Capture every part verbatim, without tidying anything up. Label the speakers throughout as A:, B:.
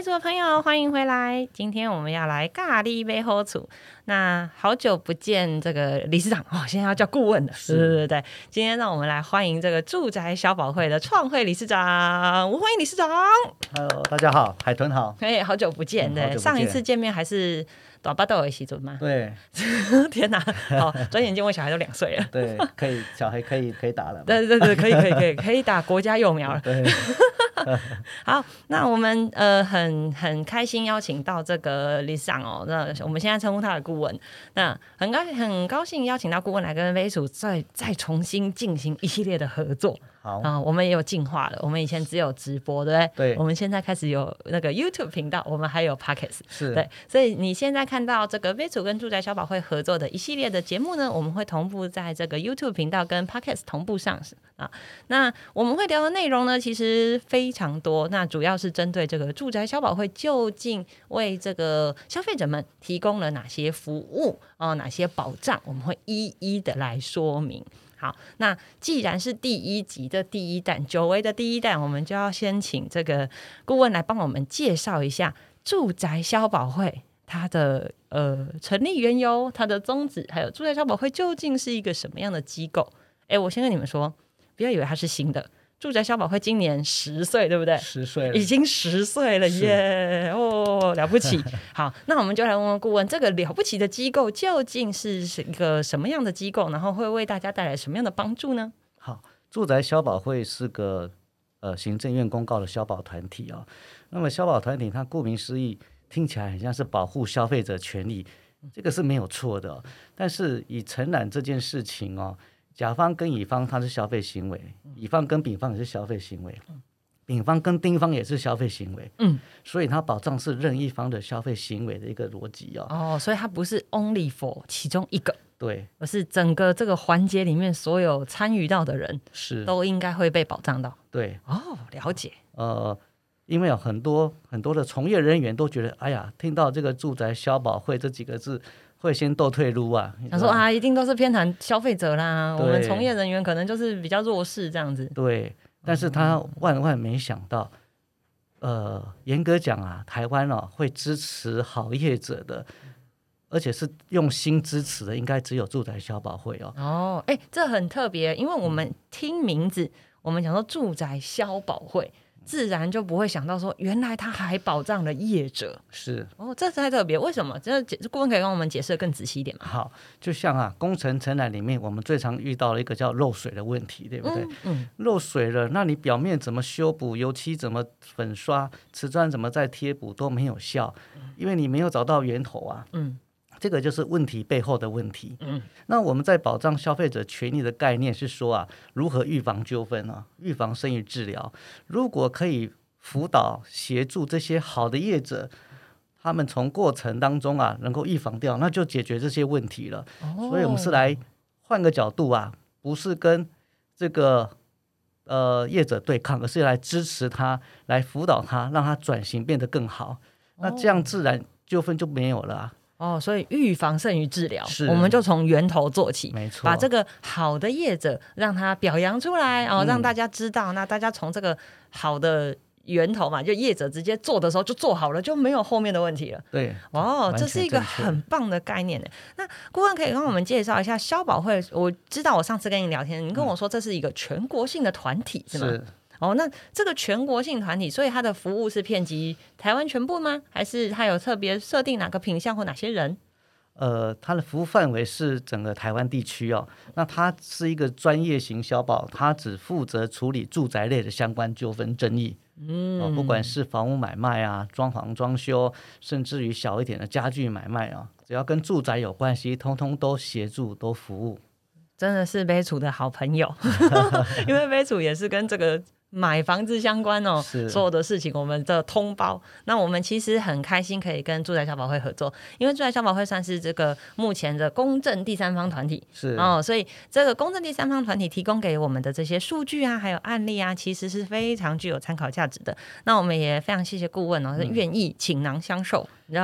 A: 组的朋友欢迎回来，今天我们要来咖喱杯后厨。那好久不见这个理事长哦，现在要叫顾问了，对对对对。今天让我们来欢迎这个住宅小宝会的创会理事长，我欢迎理事长。
B: Hello， 大家好，海豚好。
A: 哎，好久不见，对、嗯，上一次见面还是大巴豆的时阵吗？
B: 对，
A: 天哪，好，转眼间我小孩都两岁了。
B: 对，可以，小孩可以可以打了。
A: 对对对，可以可以可以可以打国家幼苗了。
B: 对。
A: 好，那我们呃很很开心邀请到这个理事长哦，那我们现在称呼他的顾问，那很高很高兴邀请到顾问来跟微鼠再再重新进行一系列的合作。
B: 好
A: 啊、呃，我们也有进化了，我们以前只有直播，对不对？
B: 对，
A: 我们现在开始有那个 YouTube 频道，我们还有 Podcast，
B: 是，
A: 对，所以你现在看到这个微鼠跟住宅小宝会合作的一系列的节目呢，我们会同步在这个 YouTube 频道跟 Podcast 同步上市啊。那我们会聊的内容呢，其实非常多，那主要是针对这个住宅小宝会究竟为这个消费者们提供了哪些服务啊、呃，哪些保障，我们会一一的来说明。好，那既然是第一集的第一弹，久违的第一弹，我们就要先请这个顾问来帮我们介绍一下住宅消保会它的呃成立缘由、它的宗旨，还有住宅消保会究竟是一个什么样的机构。哎，我先跟你们说，不要以为它是新的。住宅消保会今年十岁，对不对？
B: 十岁，
A: 已经十岁了耶！哦，了不起。好，那我们就来问问顾问，这个了不起的机构究竟是一个什么样的机构，然后会为大家带来什么样的帮助呢？
B: 好，住宅消保会是个呃行政院公告的消保团体啊、哦。那么消保团体它顾名思义，听起来很像是保护消费者权利，这个是没有错的、哦。但是以承揽这件事情哦。甲方跟乙方它是消费行为，乙方跟丙方也是消费行为，丙方跟丁方也是消费行为，嗯，所以它保障是任一方的消费行为的一个逻辑哦。
A: 哦，所以它不是 only for 其中一个，
B: 对，
A: 而是整个这个环节里面所有参与到的人
B: 是
A: 都应该会被保障到。
B: 对，
A: 哦，了解。
B: 呃，因为有很多很多的从业人员都觉得，哎呀，听到这个住宅消保会这几个字。会先斗退路啊！
A: 他说啊，一定都是偏袒消费者啦，我们从业人员可能就是比较弱势这样子。
B: 对，但是他万万没想到，呃，严格讲啊，台湾哦会支持好业者的，而且是用心支持的，应该只有住宅消保会哦。
A: 哦，哎，这很特别，因为我们听名字，我们讲说住宅消保会。自然就不会想到说，原来他还保障了业者，
B: 是
A: 哦，这太特别。为什么？这顾问可以跟我们解释的更仔细一点吗？
B: 好，就像啊，工程承揽里面，我们最常遇到了一个叫漏水的问题，对不对？嗯，嗯漏水了，那你表面怎么修补，油漆怎么粉刷，瓷砖怎么再贴补都没有效，因为你没有找到源头啊。嗯。这个就是问题背后的问题。嗯，那我们在保障消费者权益的概念是说啊，如何预防纠纷啊，预防胜于治疗。如果可以辅导协助这些好的业者，他们从过程当中啊能够预防掉，那就解决这些问题了。哦、所以我们是来换个角度啊，不是跟这个呃业者对抗，而是来支持他，来辅导他，让他转型变得更好。那这样自然纠纷就没有了啊。
A: 哦，所以预防胜于治疗，我们就从源头做起，
B: 没错，
A: 把这个好的业者让他表扬出来，哦，让大家知道，嗯、那大家从这个好的源头嘛，就业者直接做的时候就做好了，就没有后面的问题了。
B: 对，
A: 哦，这是一个很棒的概念。那顾问可以跟我们介绍一下消保会？我知道我上次跟你聊天，你跟我说这是一个全国性的团体，是吗？
B: 是。
A: 哦，那这个全国性团体，所以它的服务是遍及台湾全部吗？还是它有特别设定哪个品项或哪些人？
B: 呃，它的服务范围是整个台湾地区哦。那它是一个专业型消保，它只负责处理住宅类的相关纠纷争议。嗯、哦，不管是房屋买卖啊、装潢装修，甚至于小一点的家具买卖啊，只要跟住宅有关系，通通都协助都服务。
A: 真的是杯楚的好朋友，因为杯楚也是跟这个买房子相关哦，所有的事情我们的通包。那我们其实很开心可以跟住宅消保会合作，因为住宅消保会算是这个目前的公正第三方团体，
B: 是
A: 哦，所以这个公正第三方团体提供给我们的这些数据啊，还有案例啊，其实是非常具有参考价值的。那我们也非常谢谢顾问哦，是愿意倾囊相授，你知道。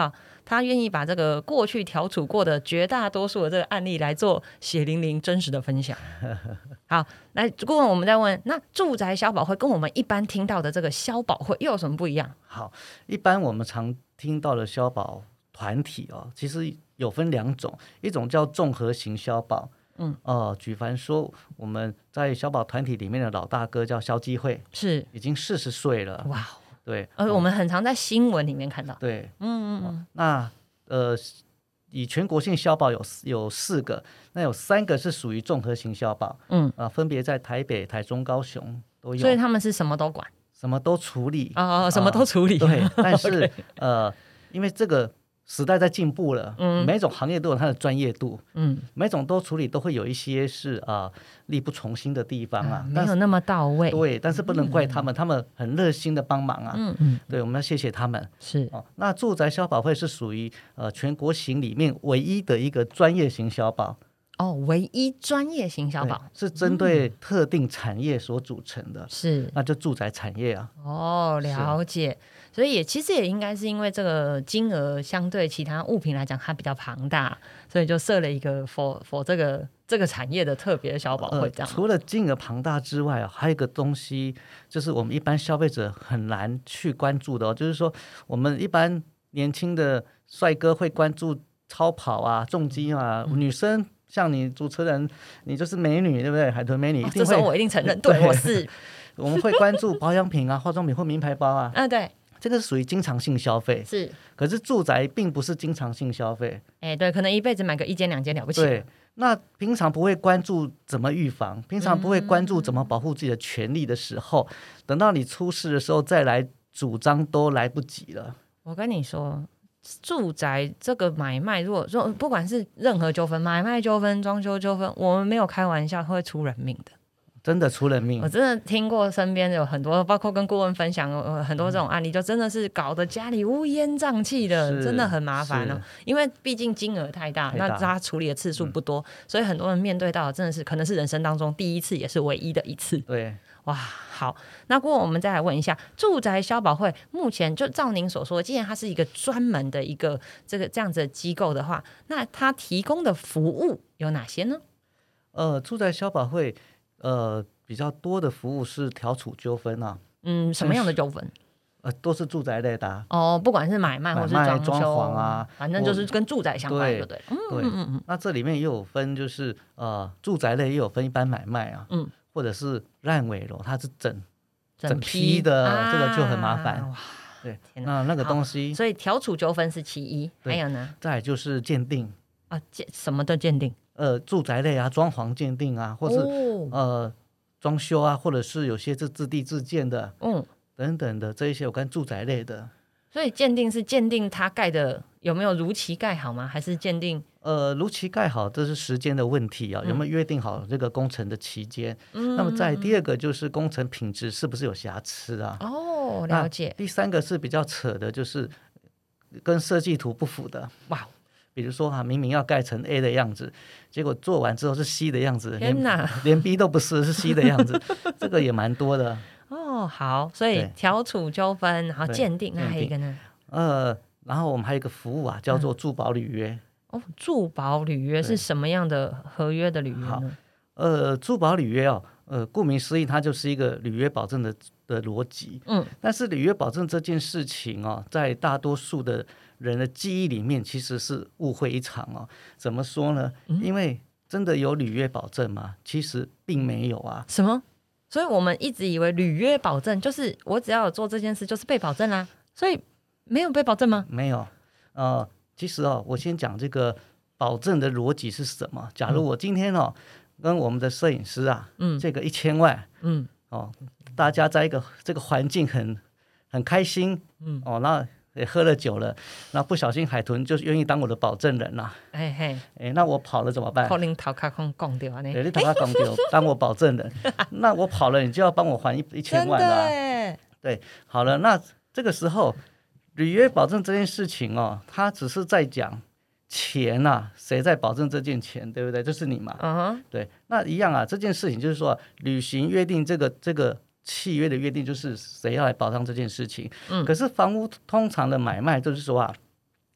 A: 他愿意把这个过去调处过的绝大多数的这个案例来做血淋淋真实的分享。好，来顾问，我们再问，那住宅消保会跟我们一般听到的这个消保会又有什么不一样？
B: 好，一般我们常听到的消保团体哦，其实有分两种，一种叫综合型消保。嗯，呃，举凡说我们在消保团体里面的老大哥叫消基会，是已经四十岁了。哇，对，
A: 呃，我们很常在新闻里面看到。
B: 对，嗯嗯嗯。那呃，以全国性消保有有四个，那有三个是属于综合型消保，嗯啊、呃，分别在台北、台中、高雄都有。
A: 所以他们是什么都管，
B: 什么都处理
A: 哦，什么都处理。
B: 呃、对，但是、okay. 呃，因为这个。时代在进步了，嗯，每种行业都有它的专业度，嗯，每种都处理都会有一些是啊、呃、力不从心的地方啊，
A: 啊没有那么到位，
B: 对，但是不能怪他们，嗯、他们很热心的帮忙啊，嗯嗯，对，我们要谢谢他们。是哦，那住宅消保会是属于呃全国型里面唯一的一个专业型消保。
A: 哦，唯一专业型消保
B: 是针对特定产业所组成的，是、嗯，那就住宅产业啊。
A: 哦，了解。所以也其实也应该是因为这个金额相对其他物品来讲它比较庞大，所以就设了一个 for for 这个这个产业的特别消保会这样、呃。
B: 除了金额庞大之外、啊、还有一个东西就是我们一般消费者很难去关注的、哦、就是说我们一般年轻的帅哥会关注超跑啊、重机啊，嗯、女生像你主持人，你就是美女对不对？海豚美女、哦、
A: 这时候我一定承认，对，我是。
B: 我们会关注保养品啊、化妆品或名牌包啊。
A: 啊，对。
B: 这个是属于经常性消费，是，可是住宅并不是经常性消费，
A: 哎，对，可能一辈子买个一间两间了不起。
B: 对，那平常不会关注怎么预防，平常不会关注怎么保护自己的权利的时候，嗯、等到你出事的时候再来主张都来不及了。
A: 我跟你说，住宅这个买卖，如果说不管是任何纠纷，买卖纠纷、装修纠纷，我们没有开玩笑，会出人命的。
B: 真的出人命，
A: 我真的听过身边有很多，包括跟顾问分享很多这种案例，就真的是搞得家里乌烟瘴气的，真的很麻烦哦。因为毕竟金额太大，太大那他处理的次数不多、嗯，所以很多人面对到的真的是可能是人生当中第一次，也是唯一的一次。
B: 对，
A: 哇，好，那顾问我们再来问一下，住宅消保会目前就照您所说，既然它是一个专门的一个这个这样子的机构的话，那它提供的服务有哪些呢？
B: 呃，住宅消保会。呃，比较多的服务是调处纠纷啊，
A: 嗯，什么样的纠纷？
B: 呃，都是住宅类的、啊、
A: 哦，不管是买卖或是装
B: 装潢啊，
A: 反正就是跟住宅相关的，对，
B: 嗯对，嗯嗯嗯。那这里面也有分，就是呃，住宅类也有分一般买卖啊，嗯，或者是烂尾楼，它是整整批的、啊，这个就很麻烦。哇，对，那那个东西，
A: 所以调处纠纷是其一，还有呢？
B: 再来就是鉴定
A: 啊，鉴什么的鉴定？
B: 呃，住宅类啊，装潢鉴定啊，或是、哦、呃装修啊，或者是有些是自地自建的，嗯，等等的这一些有关住宅类的。
A: 所以鉴定是鉴定它盖的有没有如期盖好吗？还是鉴定？
B: 呃，如期盖好，这是时间的问题啊，有没有约定好这个工程的期间？嗯，那么在第二个就是工程品质是不是有瑕疵啊？
A: 哦，了解。
B: 第三个是比较扯的，就是跟设计图不符的。哇。比如说啊，明明要盖成 A 的样子，结果做完之后是 C 的样子，
A: 天哪，
B: 连 B 都不是，是 C 的样子，这个也蛮多的。
A: 哦，好，所以调处纠纷，然后鉴定，那还有一个呢？
B: 呃，然后我们还有一个服务啊，叫做住保履约。
A: 嗯、哦，住保履约是什么样的合约的履约呢？
B: 呃，住保履约哦，呃，顾名思义，它就是一个履约保证的的逻辑。嗯，但是履约保证这件事情哦，在大多数的人的记忆里面其实是误会一场哦。怎么说呢？嗯、因为真的有履约保证吗？其实并没有啊。
A: 什么？所以我们一直以为履约保证就是我只要有做这件事就是被保证啦，所以没有被保证吗？
B: 没有。呃，其实哦，我先讲这个保证的逻辑是什么。假如我今天哦。嗯跟我们的摄影师啊，嗯，这个一千万，嗯，哦，大家在一个这个环境很很开心，嗯，哦，那也喝了酒了，那不小心海豚就愿意当我的保证人了，哎嘿，哎，那我跑了怎么办？
A: 可能头壳空讲掉呢，
B: 对，你头壳讲掉，当我保证人，那我跑了，你就要帮我还一一千万啦、啊，对，好了，那这个时候履约保证这件事情哦，他只是在讲。钱啊，谁在保证这件钱，对不对？就是你嘛。Uh-huh. 对，那一样啊。这件事情就是说，履行约定这个这个契约的约定，就是谁要来保障这件事情。嗯。可是房屋通常的买卖就是说啊，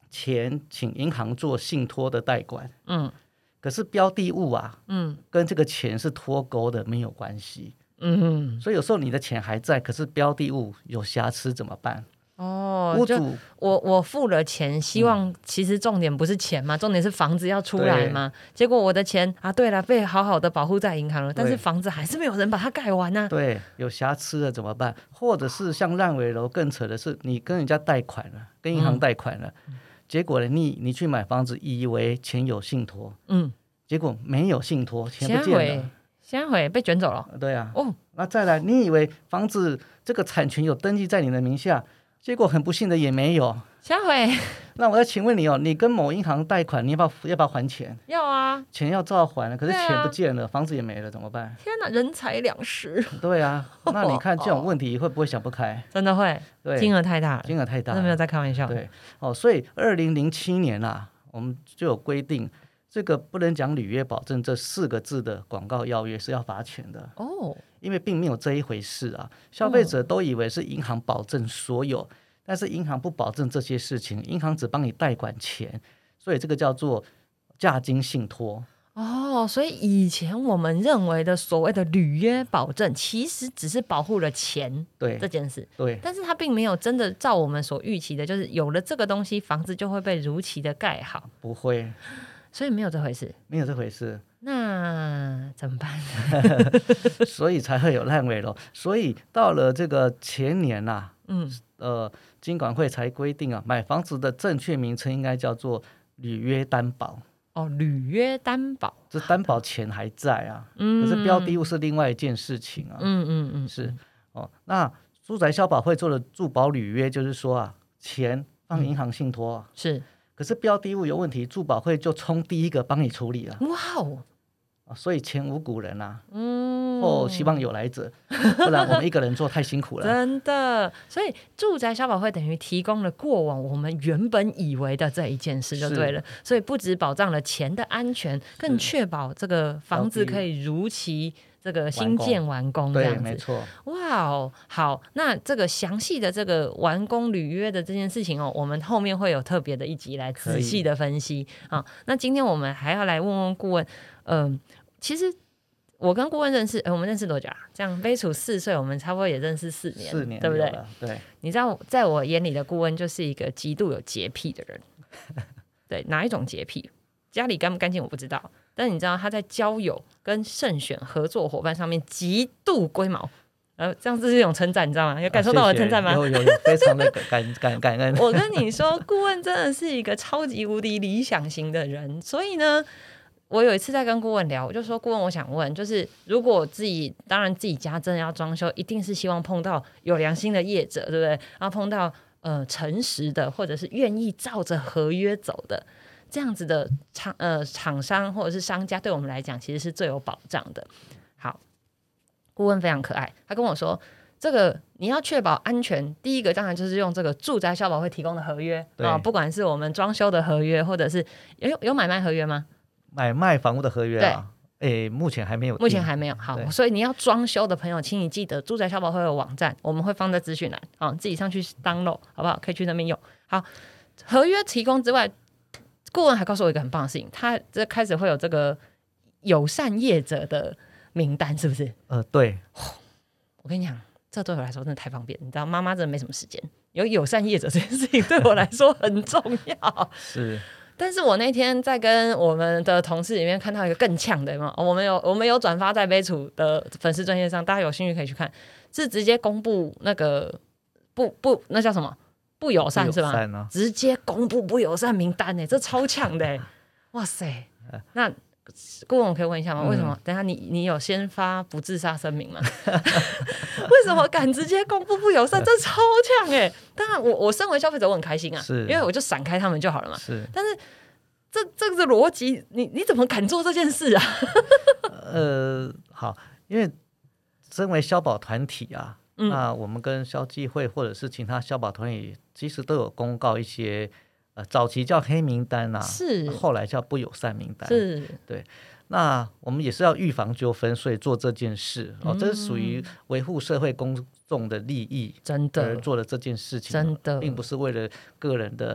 B: 钱请银行做信托的代管，
A: 嗯，
B: 可是标的物啊，
A: 嗯，
B: 跟这个钱是脱钩的，没有关系。
A: 嗯，
B: 所以有时候你的钱还在，可是标的物有瑕疵怎么办？
A: 哦，
B: 屋主，
A: 我我付了钱，希望其实重点不是钱嘛，重点是房子要出来嘛。结果我的钱啊，对了，被好好的保护在银行了，但是房子还是没有人把它盖完啊。
B: 对，有瑕疵了怎么办？或者是像烂尾楼更扯的是，你跟人家贷款了，跟银行贷款了，嗯、结果呢，你你去买房子，以为钱有信托，嗯，结果没有信托，钱不见了。
A: 现在回被卷走了。
B: 对啊，哦，那再来，你以为房子这个产权有登记在你的名下，结果很不幸的也没有。
A: 现在回，
B: 那我要请问你哦，你跟某银行贷款，你要不要要不要还钱？
A: 要啊，
B: 钱要照还了，可是钱不见了，啊、房子也没了，怎么办？
A: 天哪，人财两失。
B: 对啊，那你看这种问题会不会想不开？
A: 真的会，对，金额太大了，
B: 金额太大了，
A: 真的没有在开玩笑。
B: 对，哦，所以二零零七年啊，我们就有规定。这个不能讲履约保证这四个字的广告邀约是要罚钱的哦，因为并没有这一回事啊。消费者都以为是银行保证所有，哦、但是银行不保证这些事情，银行只帮你代管钱，所以这个叫做价金信托。
A: 哦，所以以前我们认为的所谓的履约保证，其实只是保护了钱这件事，
B: 对，
A: 但是它并没有真的照我们所预期的，就是有了这个东西，房子就会被如期的盖好，
B: 不会。
A: 所以没有这回事，
B: 没有这回事，
A: 那怎么办？
B: 所以才会有烂尾楼。所以到了这个前年呐、啊，嗯，呃，金管会才规定啊，买房子的正确名称应该叫做履约担保。
A: 哦，履约担保，
B: 这担保钱还在啊，嗯，可是标的物是另外一件事情啊。
A: 嗯嗯嗯，
B: 是哦。那住宅消保会做的住保履约，就是说啊，钱放银行信托、啊
A: 嗯、是。
B: 可是标的物有问题，住保会就冲第一个帮你处理了。
A: 哇哦！
B: 所以前无古人啊，嗯，哦，希望有来者，不然我们一个人做太辛苦了。
A: 真的，所以住宅消保会等于提供了过往我们原本以为的这一件事就对了。所以不只保障了钱的安全，更确保这个房子可以如期这个新建完工这样子。
B: 对，没错。
A: 哇哦，好，那这个详细的这个完工履约的这件事情哦，我们后面会有特别的一集来仔细的分析啊。那今天我们还要来问问顾问，嗯、呃，其实我跟顾问认识，呃，我们认识多久啊？这样杯楚四岁，我们差不多也认识四年，
B: 四年
A: 对不对？
B: 对。
A: 你知道，在我眼里的顾问就是一个极度有洁癖的人。对，哪一种洁癖？家里干不干净我不知道，但是你知道他在交友跟慎选合作伙伴上面极度龟毛。呃，这样子是一种称赞，你知道吗？有感受到我的称赞吗？
B: 啊、有有有，非常的感感感恩。
A: 我跟你说，顾问真的是一个超级无敌理想型的人，所以呢，我有一次在跟顾问聊，我就说，顾问，我想问，就是如果我自己，当然自己家真的要装修，一定是希望碰到有良心的业者，对不对？然后碰到呃诚实的，或者是愿意照着合约走的。这样子的厂呃厂商或者是商家，对我们来讲其实是最有保障的。好，顾问非常可爱，他跟我说，这个你要确保安全，第一个当然就是用这个住宅消保会提供的合约啊，不管是我们装修的合约，或者是有有买卖合约吗？
B: 买卖房屋的合约啊，诶，目前还没有，
A: 目前还没有。好，所以你要装修的朋友，请你记得住宅消保会的网站，我们会放在资讯栏啊，自己上去 download 好不好？可以去那边用。好，合约提供之外。顾问还告诉我一个很棒的事情，他这开始会有这个友善业者的名单，是不是？
B: 呃，对。
A: 我跟你讲，这对我来说真的太方便，你知道，妈妈真的没什么时间，有友善业者这件事情对我来说很重要。
B: 是。
A: 但是我那天在跟我们的同事里面看到一个更呛的嘛，我们有我们有转发在杯楚的粉丝专页上，大家有兴趣可以去看，是直接公布那个不不那叫什么？不友善是吗？
B: 啊、
A: 直接公布不友善名单呢，这超强的！哇塞，那顾问我可以问一下吗？为什么？嗯、等一下你你有先发不自杀声明吗？为什么敢直接公布不友善？这超强哎！当然我，我我身为消费者我很开心啊，因为我就闪开他们就好了嘛。
B: 是，
A: 但是这这个逻辑，你你怎么敢做这件事啊？
B: 呃，好，因为身为消保团体啊。嗯、那我们跟消基会或者是其他消保团体，其实都有公告一些，呃，早期叫黑名单啊，
A: 是，
B: 后来叫不友善名单，
A: 是，
B: 对。那我们也是要预防纠纷，所以做这件事哦，这是属于维护社会公众的利益，
A: 真的
B: 而做了这件事情，
A: 真的，
B: 并不是为了个人的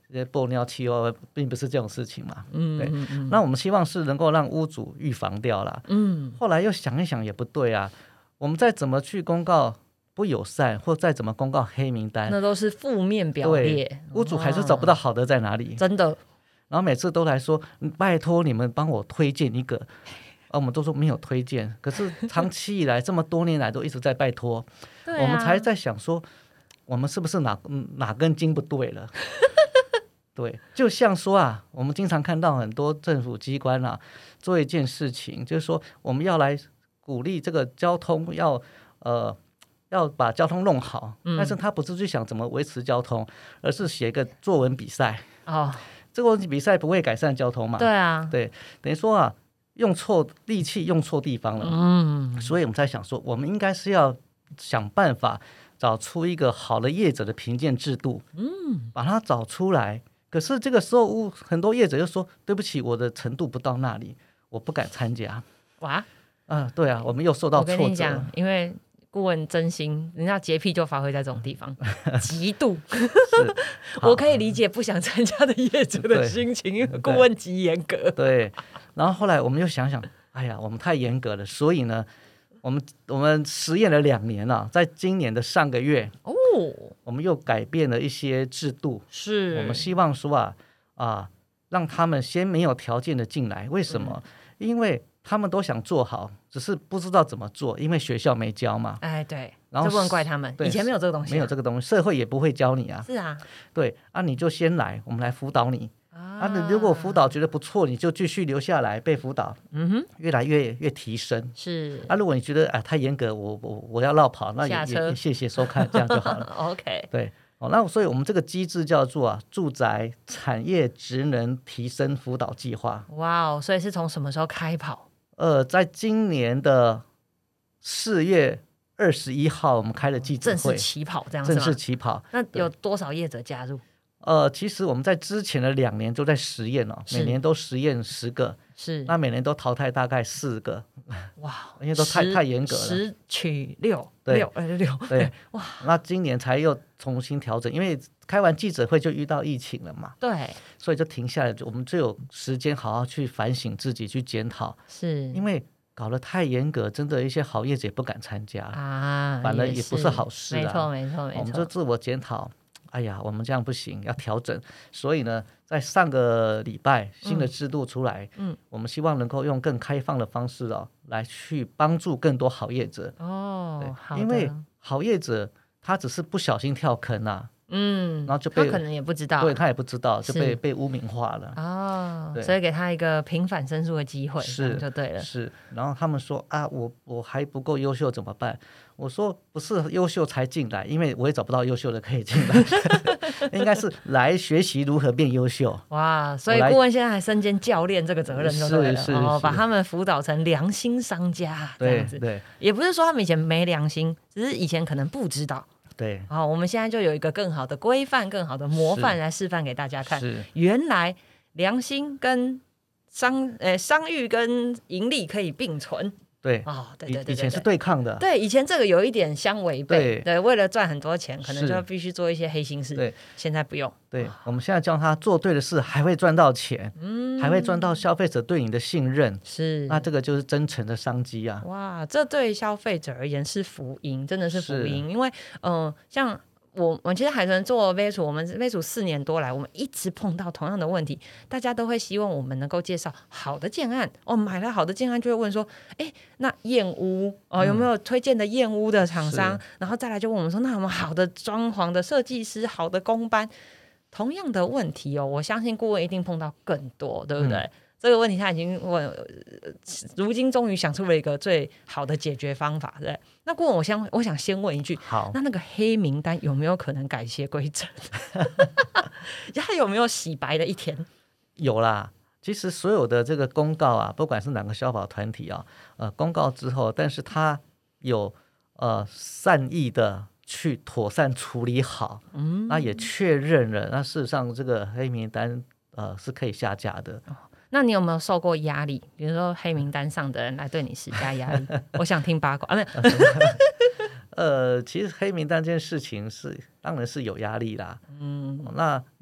B: 这些玻尿气哦，并不是这种事情嘛。
A: 嗯，
B: 对，
A: 嗯嗯
B: 那我们希望是能够让屋主预防掉啦。
A: 嗯，
B: 后来又想一想也不对啊，我们再怎么去公告不友善，或再怎么公告黑名单，
A: 那都是负面表列，
B: 对，屋主还是找不到好的在哪里。
A: 哦、真的。
B: 然后每次都来说，拜托你们帮我推荐一个，啊，我们都说没有推荐，可是长期以来这么多年来都一直在拜托，
A: 对啊、
B: 我们才在想说，我们是不是哪哪根筋不对了？对，就像说啊，我们经常看到很多政府机关啊，做一件事情，就是说我们要来鼓励这个交通要呃要把交通弄好，嗯、但是他不是去想怎么维持交通，而是写一个作文比赛。哦，这个比赛不会改善交通嘛？
A: 对啊，
B: 对，等于说啊，用错力气用错地方了。嗯，所以我们才想说，我们应该是要想办法找出一个好的业者的评鉴制度，嗯，把它找出来。可是这个时候，很多业者就说：“对不起，我的程度不到那里，我不敢参加。”哇，啊、呃，对啊，我们又受到挫折。
A: 我跟你讲，因为顾问真心，人家洁癖就发挥在这种地方，极度。我可以理解不想参加的业者的心情，因为顾问极严格。
B: 对，然后后来我们又想想，哎呀，我们太严格了，所以呢，我们我们实验了两年了、啊，在今年的上个月哦。我们又改变了一些制度，是我们希望说啊啊，让他们先没有条件的进来。为什么？嗯、因为他们都想做好，只是不知道怎么做，因为学校没教嘛。
A: 哎，对，然后这不能怪他们，以前没有这个东西、啊，
B: 没有这个东西，社会也不会教你啊。
A: 是啊，
B: 对啊，你就先来，我们来辅导你。啊，你如果辅导觉得不错，你就继续留下来被辅导，嗯哼，越来越越提升。是啊，如果你觉得啊太严格，我我我要绕跑，那也也谢谢收看，这样就好了。
A: OK，
B: 对，哦，那所以我们这个机制叫做啊住宅产业职能提升辅导计划。
A: 哇哦，所以是从什么时候开跑？
B: 呃，在今年的四月二十一号，我们开了记者会，
A: 正式起跑这样是吗？
B: 正式起跑。
A: 那有多少业者加入？
B: 呃，其实我们在之前的两年就在实验了，每年都实验十个，是那每年都淘汰大概四个，哇，因为都太太严格了，
A: 十取六，六呃六，
B: 对，哇，那今年才又重新调整，因为开完记者会就遇到疫情了嘛，
A: 对，
B: 所以就停下来，我们就有时间好好去反省自己，去检讨，是因为搞得太严格，真的一些好业者也不敢参加啊，反而也不是好事啊，
A: 没错没错没错，
B: 我们就自我检讨。哎呀，我们这样不行，要调整。所以呢，在上个礼拜新的制度出来，嗯，我们希望能够用更开放的方式哦，来去帮助更多好业者。哦，好，因为好业者他只是不小心跳坑啊，嗯，然后就被
A: 他可能也不知道，
B: 对他也不知道，就被被污名化了。
A: 哦，所以给他一个平反申诉的机会，是就对了。
B: 是，然后他们说啊，我我还不够优秀怎么办？我说不是优秀才进来，因为我也找不到优秀的可以进来，应该是来学习如何变优秀。
A: 哇，所以顾问现在还身兼教练这个责任就对了，是是是哦，把他们辅导成良心商家这样子。对，对也不是说他们以前没良心，只是以前可能不知道。对，好，我们现在就有一个更好的规范、更好的模范来示范给大家看。是，原来良心跟商呃商誉跟盈利可以并存。
B: 对，哦，对对对，以前是对抗的。
A: 对，以前这个有一点相违背。对，对为了赚很多钱，可能就必须做一些黑心事。对，现在不用。
B: 对，我们现在教他做对的事，还会赚到钱，嗯，还会赚到消费者对你的信任。是，那这个就是真诚的商机啊！
A: 哇，这对消费者而言是福音，真的是福音。因为，嗯、呃，像。我我其实海豚做微处，我们微处四年多来，我们一直碰到同样的问题，大家都会希望我们能够介绍好的建案哦，买了好的建案就会问说，哎，那验屋哦有没有推荐的验屋的厂商？嗯、然后再来就问我们说，那有没有好的装潢的设计师、好的工班？同样的问题哦，我相信顾问一定碰到更多，对不对？嗯这个问题他已经问，如今终于想出了一个最好的解决方法，对？那顾问，我先我想先问一句，好，那那个黑名单有没有可能改邪归正？他有没有洗白的一天？
B: 有啦，其实所有的这个公告啊，不管是哪个消保团体啊，呃，公告之后，但是他有呃善意的去妥善处理好，嗯，那也确认了，那事实上这个黑名单呃是可以下架的。
A: 哦那你有没有受过压力？比如说黑名单上的人来对你施加压力？我想听八卦啊，没有。
B: 呃，其实黑名单这件事情是当然是有压力啦。嗯，那因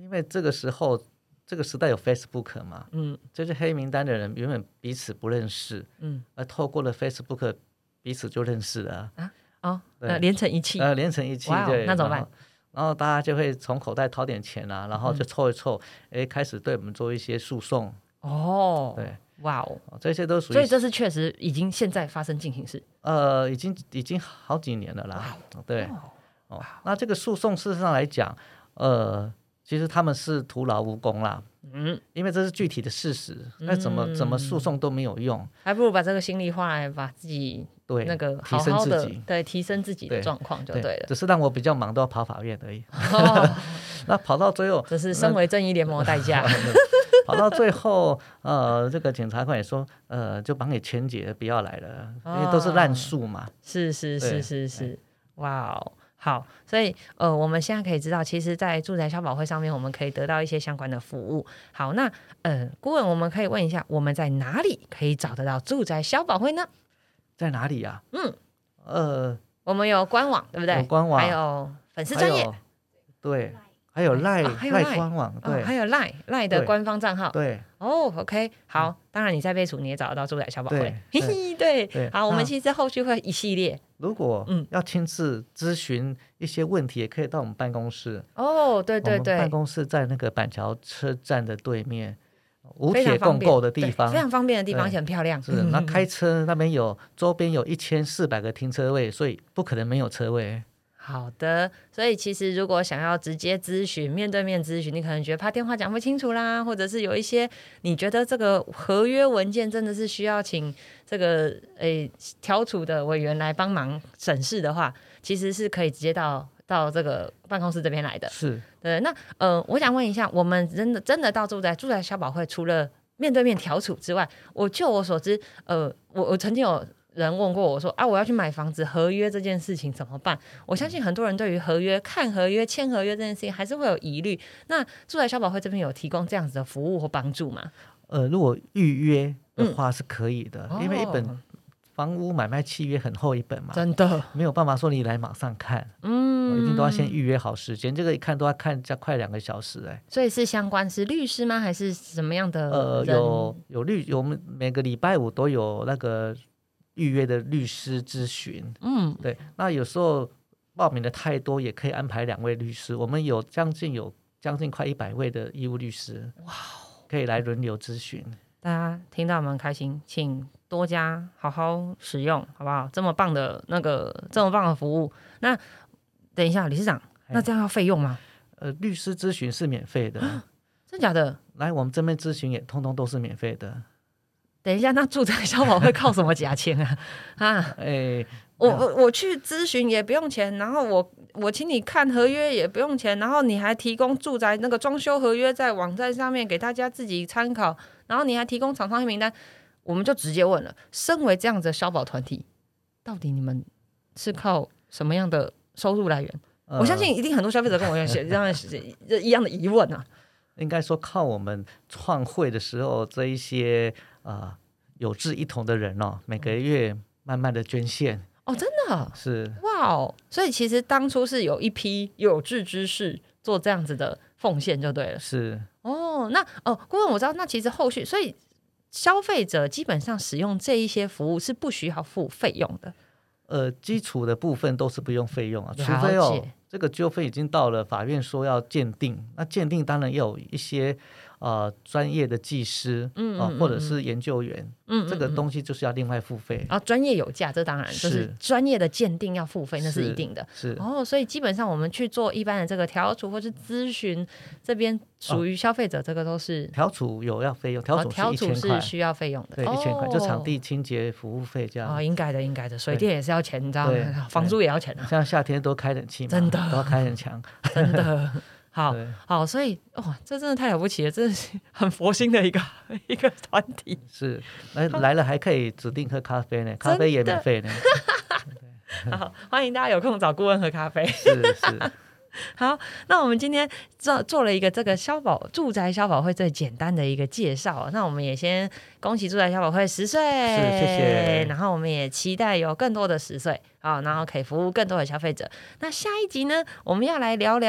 B: 因为这个时候这个时代有 Facebook 嘛，嗯，这些黑名单的人原本彼此不认识，嗯，而透过了 Facebook 彼此就认识了啊，
A: 哦，呃，连成一气，
B: 呃，连成一气，
A: 哇、哦，
B: 对，
A: 那怎么办？
B: 然后大家就会从口袋掏点钱啊，然后就凑一凑，哎、嗯，开始对我们做一些诉讼。
A: 哦，
B: 对，
A: 哇哦，
B: 这些都属于，
A: 所以这是确实已经现在发生进行式。
B: 呃，已经已经好几年了啦。对，哦，那这个诉讼事实上来讲，呃，其实他们是徒劳无功啦。嗯，因为这是具体的事实，那怎么、嗯、怎么诉讼都没有用，
A: 还不如把这个心里话来把自己对那个好好的提升自己，对提升自己的状况就对了。对，
B: 只是让我比较忙，都要跑法院而已。哦、那跑到最后，
A: 这是身为正义联盟的代价。
B: 跑到最后，呃，这个检察官也说，呃，就帮你签结，不要来了，哦、因为都是烂诉嘛。
A: 是是是是是，哇哦。好，所以呃，我们现在可以知道，其实，在住宅消保会上面，我们可以得到一些相关的服务。好，那呃，顾问，我们可以问一下，我们在哪里可以找得到住宅消保会呢？
B: 在哪里呀、啊？嗯，
A: 呃，我们有官网，对不对？
B: 有官网，
A: 还有粉丝专页，
B: 对，还有 Line，
A: 哦、
B: Line 官网，对、
A: 哦，还有 Line Line 的官方账号，
B: 对。
A: 哦、oh, ，OK， 好，嗯、当然你在贝楚你也找得到住宅消保会，嘿嘿，对，对好，我们其实后续会一系列。
B: 如果要亲自咨询一些问题，也可以到我们办公室。
A: 哦，对对对，
B: 办公室在那个板桥车站的对面，无铁共构的地方，
A: 非常方便的地方，而且很漂亮。
B: 是，那开车那边有周边有一千四百个停车位，所以不可能没有车位。
A: 好的，所以其实如果想要直接咨询、面对面咨询，你可能觉得怕电话讲不清楚啦，或者是有一些你觉得这个合约文件真的是需要请这个诶调处的委员来帮忙审视的话，其实是可以直接到到这个办公室这边来的。
B: 是，
A: 对。那呃，我想问一下，我们真的真的到住宅住宅消保会，除了面对面调处之外，我就我所知，呃，我我曾经有人问过我说啊，我要去买房子，合约这件事情怎么办？我相信很多人对于合约、看合约、签合约这件事情还是会有疑虑。那住宅消保会这边有提供这样子的服务或帮助吗？
B: 呃，如果预约的话是可以的，嗯、因为一本房屋买卖契约很厚一本嘛，
A: 真的
B: 没有办法说你来马上看，嗯，一定都要先预约好时间，这个一看都要看加快两个小时哎。
A: 所以是相关是律师吗？还是什么样的人？
B: 呃，有有律，我们每个礼拜五都有那个预约的律师咨询，嗯，对，那有时候报名的太多，也可以安排两位律师，我们有将近有将近快一百位的义务律师，哇，可以来轮流咨询。
A: 大家听到蛮开心，请多加好好使用，好不好？这么棒的那个这么棒的服务，那等一下，理事长，那这样要费用吗？
B: 呃，律师咨询是免费的，
A: 真假的？
B: 来我们这边咨询也通通都是免费的。
A: 等一下，那住宅消保会靠什么价钱啊？啊，哎，我我我去咨询也不用钱，然后我我请你看合约也不用钱，然后你还提供住宅那个装修合约在网站上面给大家自己参考，然后你还提供厂商黑名单，我们就直接问了：身为这样的消保团体，到底你们是靠什么样的收入来源？呃、我相信一定很多消费者跟我有这样一样的疑问啊。
B: 应该说靠我们创会的时候这一些呃有志一同的人哦，每个月慢慢的捐献
A: 哦，真的
B: 是
A: 哇哦，所以其实当初是有一批有志之士做这样子的奉献就对了，
B: 是
A: 哦。那哦，顾问我知道，那其实后续所以消费者基本上使用这一些服务是不需要付费用的。
B: 呃，基础的部分都是不用费用啊，除非哦这个纠纷已经到了法院说要鉴定，那鉴定当然也有一些呃专业的技师，嗯、呃、或者是研究员，嗯，这个东西就是要另外付费
A: 啊，专业有价，这当然就是专业的鉴定要付费，那是一定的，
B: 是
A: 哦，所以基本上我们去做一般的这个调处或是咨询，这边属于消费者，这个都是
B: 调处有要费用，调处是一千块，
A: 是需要费用的，
B: 对，一千块就场地清洁服务费这样，
A: 哦，应该的，应该的，水电也是要钱，你知道吗？房租也要钱啊，
B: 像夏天都开冷气嘛，
A: 真的
B: 都要开很强，
A: 真的。好好，所以哦，这真的太了不起了，真的是很佛心的一个一个团体。
B: 是来来了还可以指定喝咖啡呢，咖啡也免费呢。
A: 好，欢迎大家有空找顾问喝咖啡。
B: 是是。
A: 好，那我们今天做做了一个这个消保住宅消保会最简单的一个介绍，那我们也先恭喜住宅消保会十岁，
B: 是谢谢。
A: 然后我们也期待有更多的十岁，好，然后可以服务更多的消费者。那下一集呢，我们要来聊聊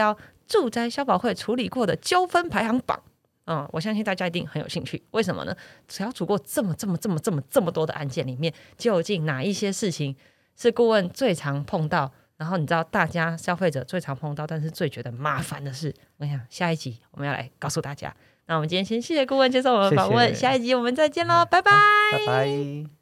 A: 住宅消保会处理过的纠纷排行榜。嗯，我相信大家一定很有兴趣，为什么呢？只要处过这么这么这么这么这么多的案件里面，究竟哪一些事情是顾问最常碰到，然后你知道大家消费者最常碰到但是最觉得麻烦的事，我想下一集我们要来告诉大家。那我们今天先谢谢顾问接受我们的访问，谢谢，下一集我们再见喽，拜拜，
B: 拜拜。